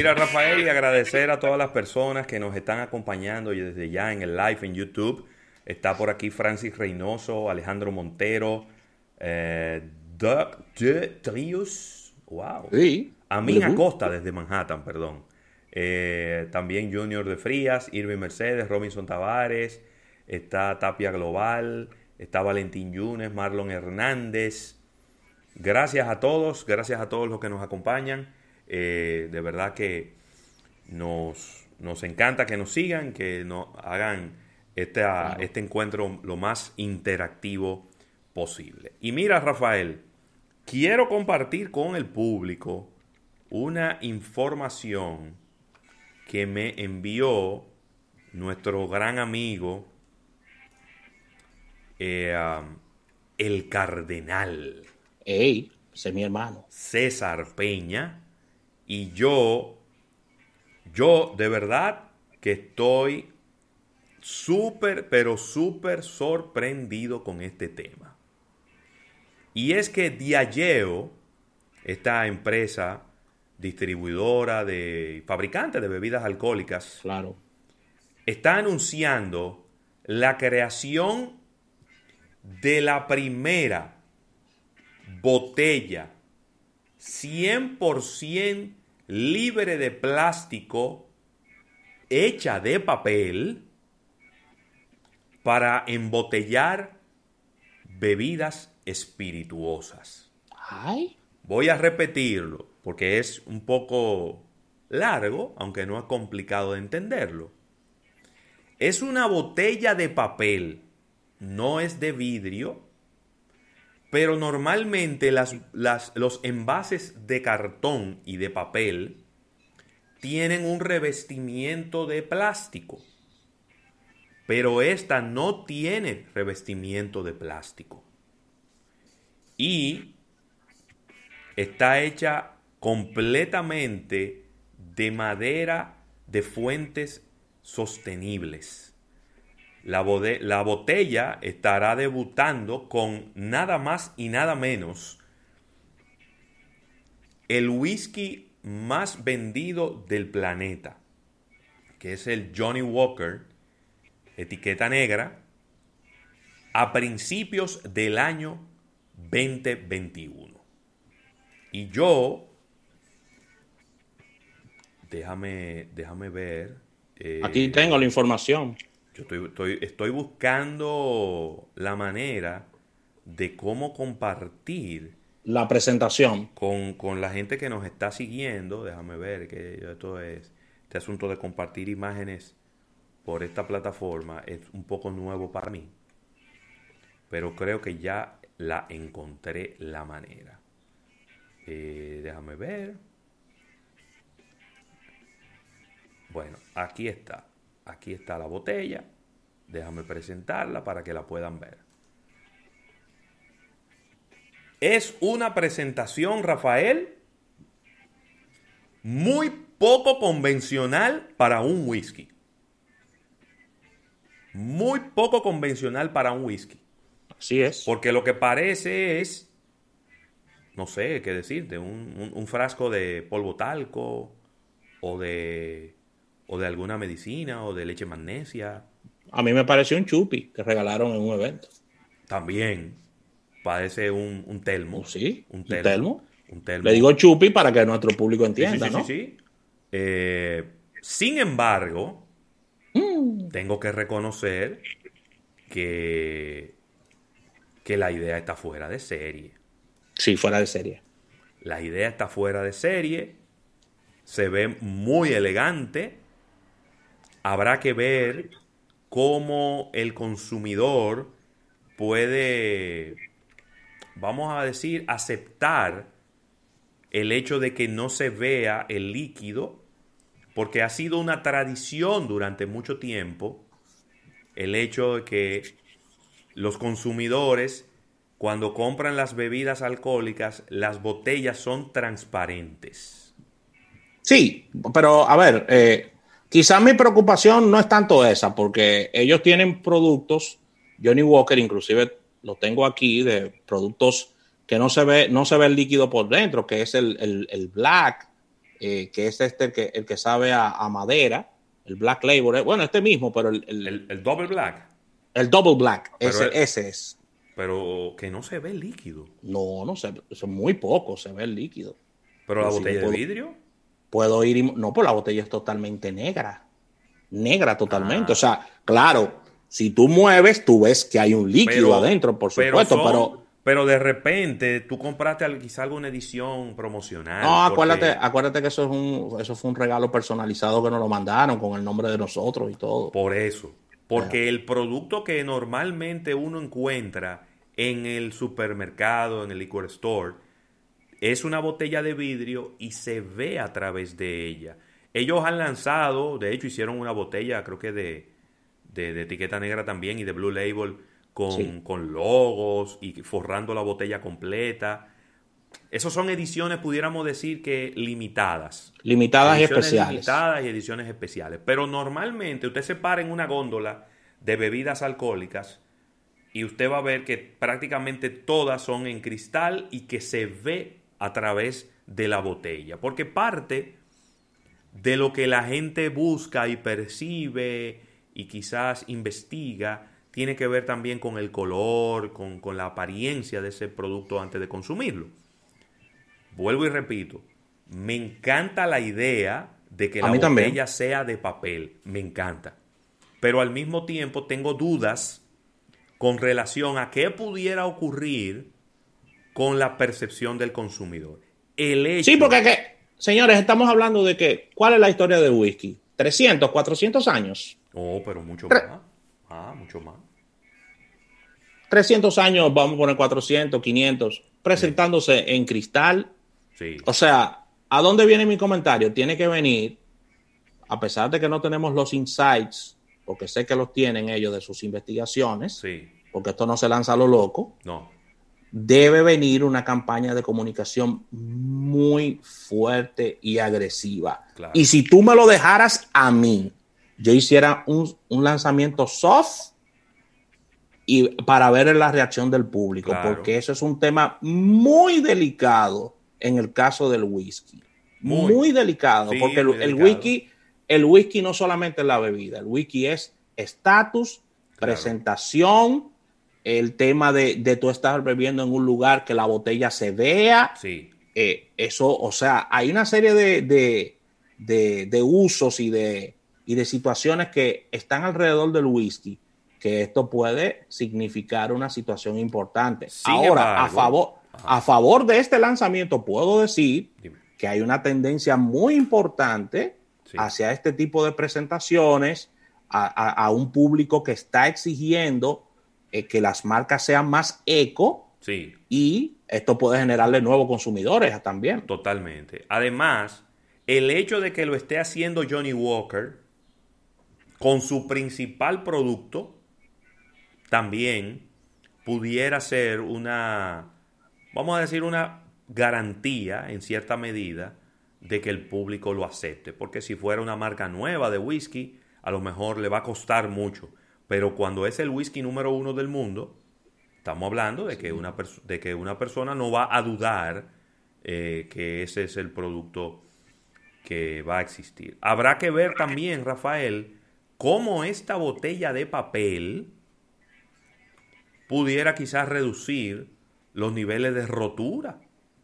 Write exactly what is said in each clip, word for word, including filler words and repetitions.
Mira, Rafael, y agradecer a todas las personas que nos están acompañando y desde ya en el live en YouTube. Está por aquí Francis Reynoso, Alejandro Montero, eh, Doug de Trius, wow. Sí. Amin Acosta desde Manhattan, perdón. Eh, también Junior de Frías, Irving Mercedes, Robinson Tavares, está Tapia Global, está Valentín Yunes, Marlon Hernández. Gracias a todos, gracias a todos los que nos acompañan. Eh, de verdad que nos, nos encanta que nos sigan, que nos hagan este, Claro. este encuentro lo más interactivo posible. Y mira, Rafael, quiero compartir con el público una información que me envió nuestro gran amigo eh, um, el Cardenal Ey, ese es mi hermano. César Peña. Y yo, yo de verdad que estoy súper, pero súper sorprendido con este tema. Y es que Diageo, esta empresa distribuidora de fabricante de bebidas alcohólicas, Claro. está anunciando la creación de la primera botella cien por ciento libre de plástico, hecha de papel, para embotellar bebidas espirituosas. Ay. Voy a repetirlo porque es un poco largo, aunque no es complicado de entenderlo. Es una botella de papel, no es de vidrio, pero normalmente las, las, los envases de cartón y de papel tienen un revestimiento de plástico, pero esta no tiene revestimiento de plástico. Y está hecha completamente de madera de fuentes sostenibles. La, bode- la botella estará debutando con nada más y nada menos el whisky más vendido del planeta, que es el Johnny Walker, etiqueta negra, a principios del año veinte veintiuno. Y yo, déjame, déjame ver. eh, Aquí tengo la información. Yo estoy, estoy, estoy buscando la manera de cómo compartir La presentación. con, con la gente que nos está siguiendo. Déjame ver que esto es, este asunto de compartir imágenes por esta plataforma es un poco nuevo para mí. Pero creo que ya la encontré la manera. Eh, déjame ver. Bueno, aquí está. Aquí está la botella. Déjame presentarla para que la puedan ver. Es una presentación, Rafael, muy poco convencional para un whisky. Muy poco convencional para un whisky. Así es. Porque lo que parece es, no sé qué decirte, un, un, un frasco de polvo talco o de, o de alguna medicina o de leche magnesia. A mí me pareció un chupi que regalaron en un evento. También parece un, un telmo. ¿Oh, sí? Un ¿Un telmo. telmo? Un telmo. Le digo chupi para que nuestro público Sí, sí, entienda, sí, ¿no? sí, sí. Eh, sin embargo, Mm. tengo que reconocer que, que la idea está fuera de serie. Sí, fuera de serie. La idea está fuera de serie. Se ve muy elegante. Habrá que ver cómo el consumidor puede, vamos a decir, aceptar el hecho de que no se vea el líquido, porque ha sido una tradición durante mucho tiempo el hecho de que los consumidores, cuando compran las bebidas alcohólicas, las botellas son transparentes. Sí, pero a ver, eh, quizás mi preocupación no es tanto esa, porque ellos tienen productos, Johnny Walker inclusive lo tengo aquí, de productos que no se ve, no se ve el líquido por dentro, que es el, el, el black, eh, que es este el que, el que sabe a, a madera, el Black Label. Eh, bueno, este mismo, pero el... El, el, el Double Black. El Double Black, ese, el, ese es. Pero que no se ve líquido. No, no se ve, muy poco se ve el líquido. ¿Pero la botella de vidrio? Puedo ir y... No, pues la botella es totalmente negra. Negra totalmente. Ah. O sea, claro, si tú mueves, tú ves que hay un líquido pero, adentro, por supuesto, pero... Son, pero, pero de repente tú compraste quizá alguna edición promocional. No, acuérdate, porque... acuérdate que eso, es un, eso fue un regalo personalizado que nos lo mandaron con el nombre de nosotros y todo. Por eso. Porque el producto que normalmente uno encuentra en el supermercado, en el liquor store, es una botella de vidrio y se ve a través de ella. Ellos han lanzado, de hecho hicieron una botella, creo que de, de, de etiqueta negra también y de Blue Label con, sí. con logos y forrando la botella completa. Esas son ediciones, pudiéramos decir que limitadas. Limitadas ediciones y especiales. Limitadas y ediciones especiales. Pero normalmente usted se para en una góndola de bebidas alcohólicas y usted va a ver que prácticamente todas son en cristal y que se ve a través de la botella. Porque parte de lo que la gente busca y percibe y quizás investiga tiene que ver también con el color, con, con la apariencia de ese producto antes de consumirlo. Vuelvo y repito, me encanta la idea de que la botella también sea de papel, me encanta. Pero al mismo tiempo tengo dudas con relación a qué pudiera ocurrir con la percepción del consumidor. El hecho... Sí, porque, que, señores, estamos hablando de que, ¿cuál es la historia del whisky? ¿trescientos, cuatrocientos años? Oh, pero mucho Tre- más. Ah, mucho más. trescientos años, vamos a poner cuatrocientos, quinientos, presentándose sí. en cristal. Sí. O sea, ¿a dónde viene mi comentario? Tiene que venir, a pesar de que no tenemos los insights, porque sé que los tienen ellos de sus investigaciones, sí. porque esto no se lanza a lo loco. No. Debe venir una campaña de comunicación muy fuerte y agresiva. Claro. Y si tú me lo dejaras a mí, yo hiciera un, un lanzamiento soft y para ver la reacción del público, claro. porque eso es un tema muy delicado en el caso del whisky. Muy, muy delicado, sí, porque el, muy el delicado. whisky, el whisky no solamente es la bebida, el whisky es estatus, claro. presentación, el tema de, de tú estar bebiendo en un lugar que la botella se vea. Sí. Eh, eso, o sea, hay una serie de, de, de, de usos y de, y de situaciones que están alrededor del whisky, que esto puede significar una situación importante. Sin Ahora, embargo, a favor, a favor de este lanzamiento, puedo decir Dime. que hay una tendencia muy importante sí. hacia este tipo de presentaciones, a, a, a un público que está exigiendo eh, que las marcas sean más eco sí. y esto puede generarle nuevos consumidores también. Totalmente. Además, el hecho de que lo esté haciendo Johnnie Walker con su principal producto también pudiera ser una, vamos a decir, una garantía en cierta medida de que el público lo acepte. Porque si fuera una marca nueva de whisky, a lo mejor le va a costar mucho. Pero cuando es el whisky número uno del mundo, estamos hablando de que una, pers- de que una persona no va a dudar eh, que ese es el producto que va a existir. Habrá que ver también, Rafael, cómo esta botella de papel pudiera quizás reducir los niveles de rotura.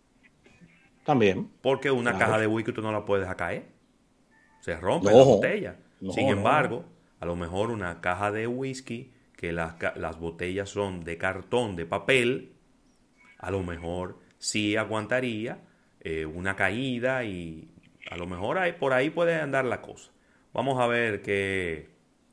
También. Porque una claro. caja de whisky tú no la puedes dejar caer. Se rompe no, la botella. No, Sin embargo, no. a lo mejor una caja de whisky, que las, las botellas son de cartón, de papel, a lo mejor sí aguantaría eh, una caída y a lo mejor hay, por ahí puede andar la cosa. Vamos a ver qué...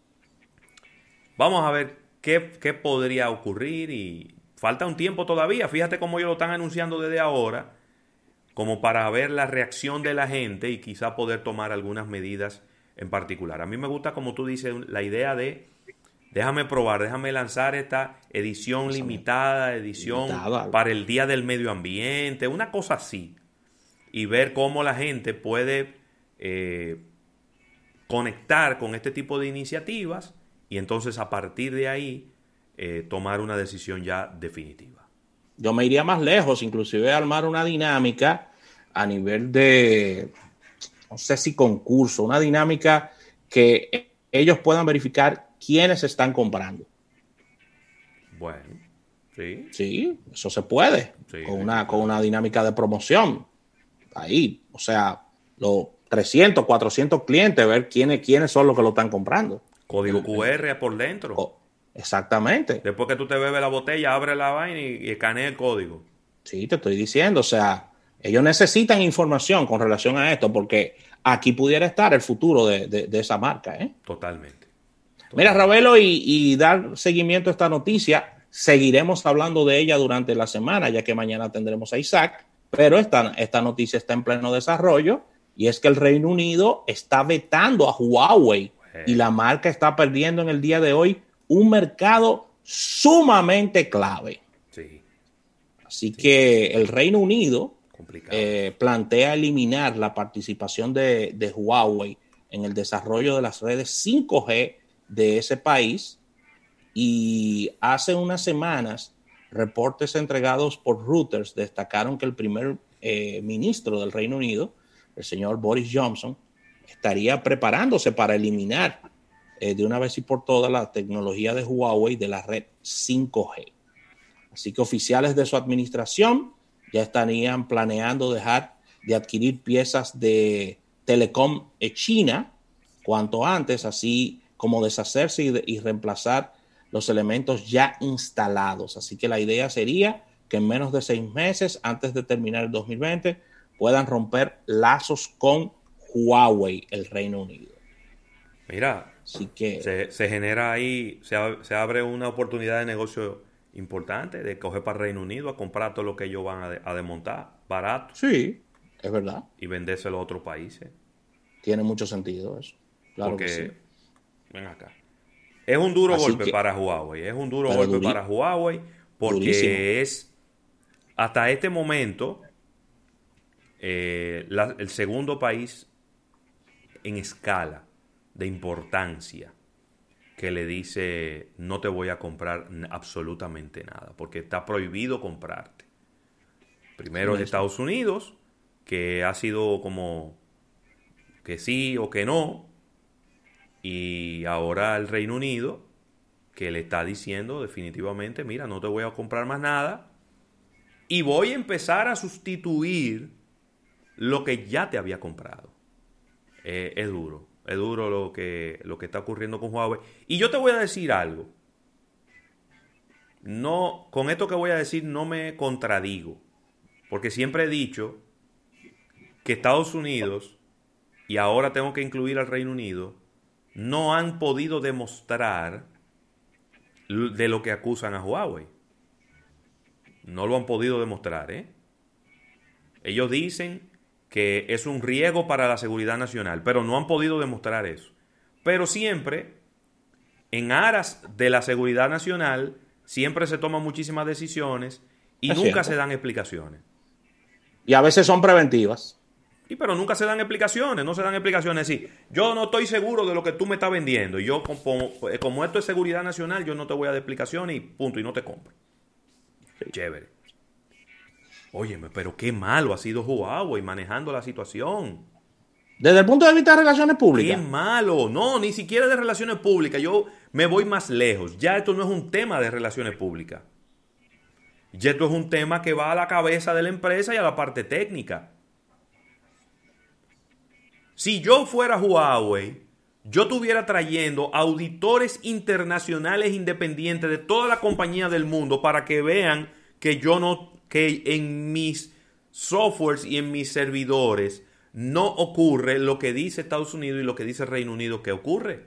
Vamos a ver qué, qué podría ocurrir y falta un tiempo todavía. Fíjate cómo ellos lo están anunciando desde ahora, como para ver la reacción de la gente y quizá poder tomar algunas medidas en particular. A mí me gusta, como tú dices, la idea de déjame probar, déjame lanzar esta edición limitada, edición limitada. para el Día del Medio Ambiente, una cosa así, y ver cómo la gente puede eh, conectar con este tipo de iniciativas y entonces a partir de ahí eh, tomar una decisión ya definitiva. Yo me iría más lejos, inclusive armar una dinámica a nivel de no sé si concurso, una dinámica que ellos puedan verificar quiénes están comprando. Bueno, sí. Sí, eso se puede, sí, con, una, con una dinámica de promoción. Ahí, o sea, los trescientos, cuatrocientos clientes, ver quiénes, quiénes son los que lo están comprando. Código el, Q R por dentro. Oh, exactamente. Después que tú te bebes la botella, abre la vaina y, y escanea el código. Sí, te estoy diciendo, o sea, ellos necesitan información con relación a esto, porque aquí pudiera estar el futuro de, de, de esa marca, ¿eh? Totalmente. Totalmente. Mira, Ravelo, y, y dar seguimiento a esta noticia, seguiremos hablando de ella durante la semana, ya que mañana tendremos a Isaac, pero esta, esta noticia está en pleno desarrollo, y es que el Reino Unido está vetando a Huawei, bueno, y la marca está perdiendo en el día de hoy un mercado sumamente clave. Sí. Así sí. que el Reino Unido eh, plantea eliminar la participación de, de Huawei en el desarrollo de las redes cinco G de ese país, y hace unas semanas reportes entregados por Reuters destacaron que el primer eh, ministro del Reino Unido, el señor Boris Johnson, estaría preparándose para eliminar eh, de una vez y por todas la tecnología de Huawei de la red cinco G. Así que oficiales de su administración ya estarían planeando dejar de adquirir piezas de Telecom en China cuanto antes, así como deshacerse y, de, y reemplazar los elementos ya instalados. Así que la idea sería que en menos de seis meses, antes de terminar el dos mil veinte, puedan romper lazos con Huawei, el Reino Unido. Mira, así que se, se genera ahí, se, se abre una oportunidad de negocio importante de coger para el Reino Unido a comprar todo lo que ellos van a, de, a desmontar barato. Sí, es verdad. Y vendérselo a otros países. Tiene mucho sentido eso. Claro. Porque, que sí. Ven acá. Es un duro Así golpe que, para Huawei. Es un duro golpe duri, para Huawei porque durísimo. es hasta este momento eh, la, el segundo país en escala de importancia que le dice no te voy a comprar absolutamente nada porque está prohibido comprarte. Primero es Estados Unidos, que ha sido como que sí o que no, y ahora el Reino Unido, que le está diciendo definitivamente, mira, no te voy a comprar más nada y voy a empezar a sustituir lo que ya te había comprado. Eh, es duro, es duro lo que, lo que está ocurriendo con Huawei. Y yo te voy a decir algo. No, con esto que voy a decir no me contradigo, porque siempre he dicho que Estados Unidos, y ahora tengo que incluir al Reino Unido, no han podido demostrar de lo que acusan a Huawei. No lo han podido demostrar, ¿eh? Ellos dicen que es un riesgo para la seguridad nacional, pero no han podido demostrar eso. Pero siempre, en aras de la seguridad nacional, siempre se toman muchísimas decisiones y es nunca cierto. se dan explicaciones. Y a veces son preventivas. Sí, pero nunca se dan explicaciones, no se dan explicaciones. Sí, yo no estoy seguro de lo que tú me estás vendiendo. Y yo, como, como esto es seguridad nacional, yo no te voy a dar explicaciones y punto, y no te compro. Sí. Chévere. Óyeme, pero qué malo ha sido Huawei manejando la situación. Desde el punto de vista de relaciones públicas. Qué malo. No, ni siquiera de relaciones públicas. Yo me voy más lejos. Ya esto no es un tema de relaciones públicas. Ya esto es un tema que va a la cabeza de la empresa y a la parte técnica. Si yo fuera Huawei, yo estuviera trayendo auditores internacionales independientes de toda la compañía del mundo para que vean que yo no, que en mis softwares y en mis servidores no ocurre lo que dice Estados Unidos y lo que dice Reino Unido que ocurre.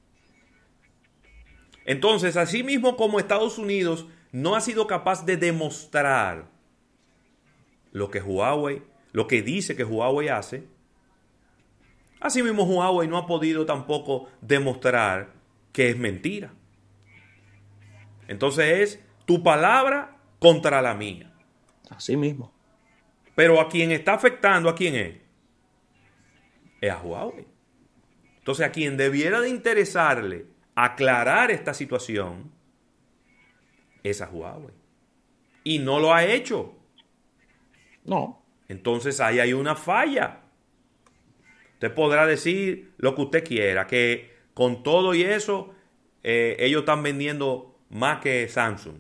Entonces, así mismo como Estados Unidos no ha sido capaz de demostrar lo que Huawei, lo que dice que Huawei hace, asimismo, Huawei no ha podido tampoco demostrar que es mentira. Entonces es tu palabra contra la mía. Así mismo. Pero a quien está afectando, ¿a quién es? Es a Huawei. Entonces a quien debiera de interesarle aclarar esta situación es a Huawei. Y no lo ha hecho. No. Entonces ahí hay una falla. Usted podrá decir lo que usted quiera, que con todo y eso, eh, ellos están vendiendo más que Samsung.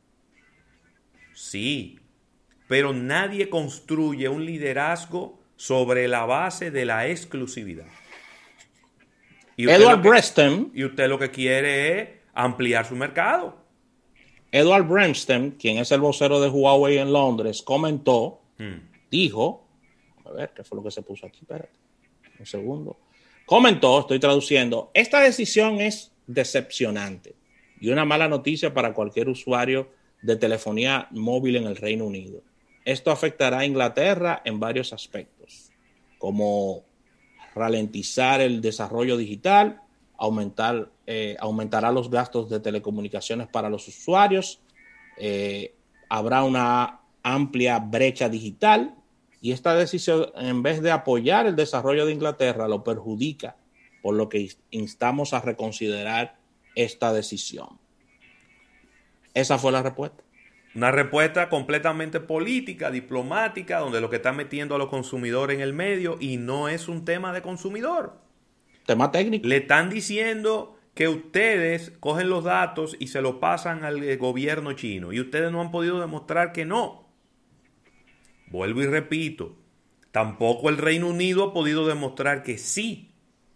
Sí, pero nadie construye un liderazgo sobre la base de la exclusividad. Y Edward que, Breston. Y usted lo que quiere es ampliar su mercado. Edward Bernstein, quien es el vocero de Huawei en Londres, comentó, hmm. dijo, a ver, ¿qué fue lo que se puso aquí? Espérate, un segundo. Comentó, estoy traduciendo, esta decisión es decepcionante y una mala noticia para cualquier usuario de telefonía móvil en el Reino Unido. Esto afectará a Inglaterra en varios aspectos, como ralentizar el desarrollo digital, aumentar, eh, aumentará los gastos de telecomunicaciones para los usuarios, eh, habrá una amplia brecha digital y esta decisión, en vez de apoyar el desarrollo de Inglaterra, lo perjudica, por lo que instamos a reconsiderar esta decisión. Esa fue la respuesta. Una respuesta completamente política, diplomática, donde lo que está metiendo a los consumidores en el medio y no es un tema de consumidor. Tema técnico. Le están diciendo que ustedes cogen los datos y se los pasan al gobierno chino y ustedes no han podido demostrar que no. Vuelvo y repito, tampoco el Reino Unido ha podido demostrar que sí.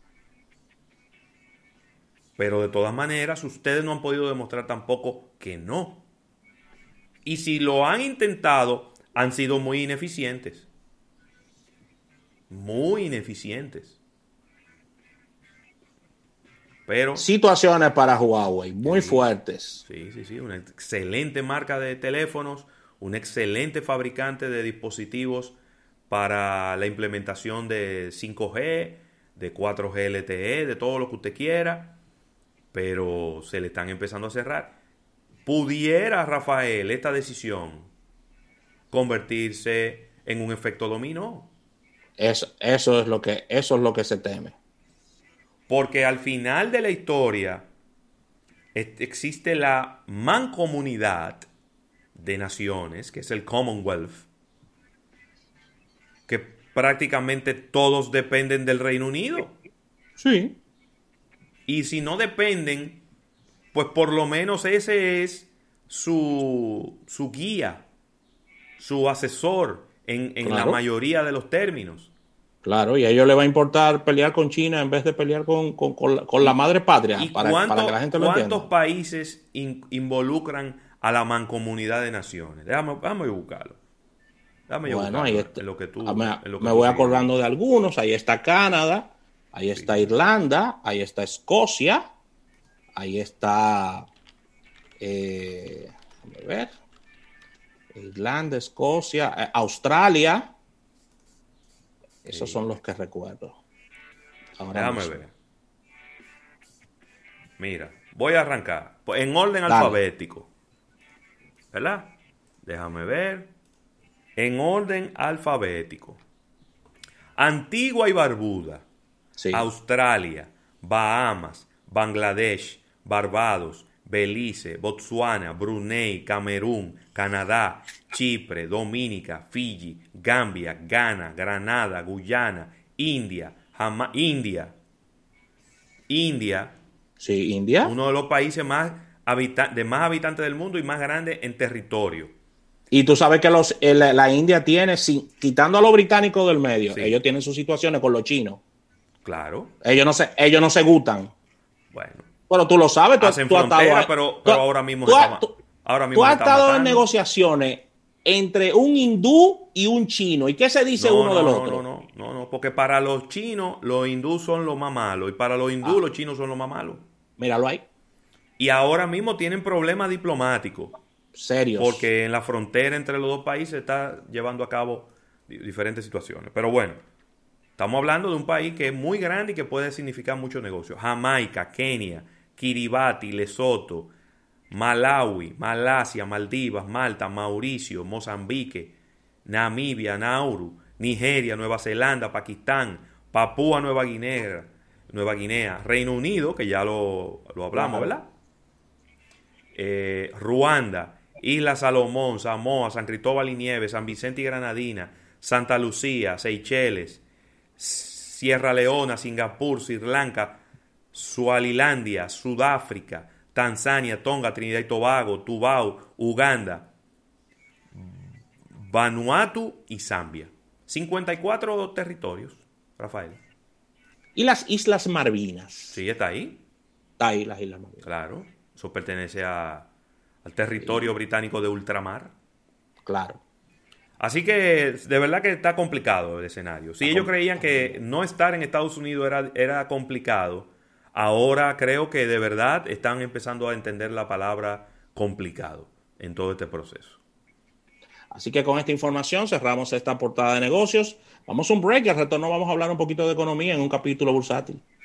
Pero de todas maneras, ustedes no han podido demostrar tampoco que no. Y si lo han intentado, han sido muy ineficientes. Muy ineficientes. Pero, situaciones para Huawei muy sí, fuertes. Sí, sí, sí. Una excelente marca de teléfonos, un excelente fabricante de dispositivos para la implementación de cinco G, de cuatro G L T E, de todo lo que usted quiera. Pero se le están empezando a cerrar. ¿Pudiera, Rafael, esta decisión convertirse en un efecto dominó? Eso, eso, es lo que, eso es lo que se teme. Porque al final de la historia existe la mancomunidad de naciones, que es el Commonwealth, que prácticamente todos dependen del Reino Unido. Sí. Y si no dependen, pues por lo menos ese es su, su guía, su asesor en, en claro. la mayoría de los términos. Claro, y a ellos les va a importar pelear con China en vez de pelear con, con, con, la, con la madre patria. ¿Y para, cuánto, para que la gente lo entienda. ¿Cuántos países in, involucran a la mancomunidad de naciones? Déjame, déjame buscarlo. Déjame bueno, buscarlo ahí está. En lo que tú, me en lo que me tú voy sigues. acordando de algunos. Ahí está Canadá, ahí está sí. Irlanda, ahí está Escocia, ahí está... Eh, déjame ver. Irlanda, Escocia, eh, Australia. Esos sí. son los que recuerdo. Ahora Déjame mismo. ver. Mira, voy a arrancar. En orden Dale. alfabético. ¿Verdad? Déjame ver. En orden alfabético. Antigua y Barbuda. Sí. Australia, Bahamas, Bangladesh, Barbados, Belice, Botsuana, Brunei, Camerún, Canadá, Chipre, Dominica, Fiji, Gambia, Ghana, Granada, Guyana, India, Jama- India, India, sí, India, uno de los países más habita- de más habitantes del mundo y más grande en territorio. Y tú sabes que los, eh, la, la India tiene, sin, quitando a los británicos del medio, sí. ellos tienen sus situaciones con los chinos. Claro. Ellos no se, ellos no se gustan. Bueno. Pero tú lo sabes, tú, Hacen tú frontera, has estado, pero, tú, pero ahora mismo tú, está, tú, ahora mismo tú has está estado matando. en negociaciones entre un hindú y un chino. ¿Y qué se dice no, uno no, del no, otro? No, no, no, no, porque para los chinos los hindúes son los más malos y para los hindúes ah. los chinos son los más malos. Míralo ahí. Y ahora mismo tienen problemas diplomáticos. Serios. Porque en la frontera entre los dos países se está llevando a cabo diferentes situaciones. Pero bueno, estamos hablando de un país que es muy grande y que puede significar muchos negocios. Jamaica, Kenia, Kiribati, Lesoto, Malawi, Malasia, Maldivas, Malta, Mauricio, Mozambique, Namibia, Nauru, Nigeria, Nueva Zelanda, Pakistán, Papúa Nueva Guinea, Nueva Guinea, Reino Unido, que ya lo, lo hablamos, ¿verdad? Eh, Ruanda, Isla Salomón, Samoa, San Cristóbal y Nieves, San Vicente y Granadina, Santa Lucía, Seychelles, Sierra Leona, Singapur, Sri Lanka, Suazilandia, Sudáfrica, Tanzania, Tonga, Trinidad y Tobago, Tuvalu, Uganda, Vanuatu y Zambia. cincuenta y cuatro territorios, Rafael. ¿Y las Islas Malvinas? Sí, está ahí. Está ahí las Islas Malvinas. Claro, eso pertenece a, al territorio sí. británico de ultramar. Claro. Así que de verdad que está complicado el escenario. Si ellos creían que no estar en Estados Unidos era, era complicado, ahora creo que de verdad están empezando a entender la palabra complicado en todo este proceso. Así que con esta información cerramos esta portada de negocios. Vamos a un break y al retorno vamos a hablar un poquito de economía en un capítulo bursátil.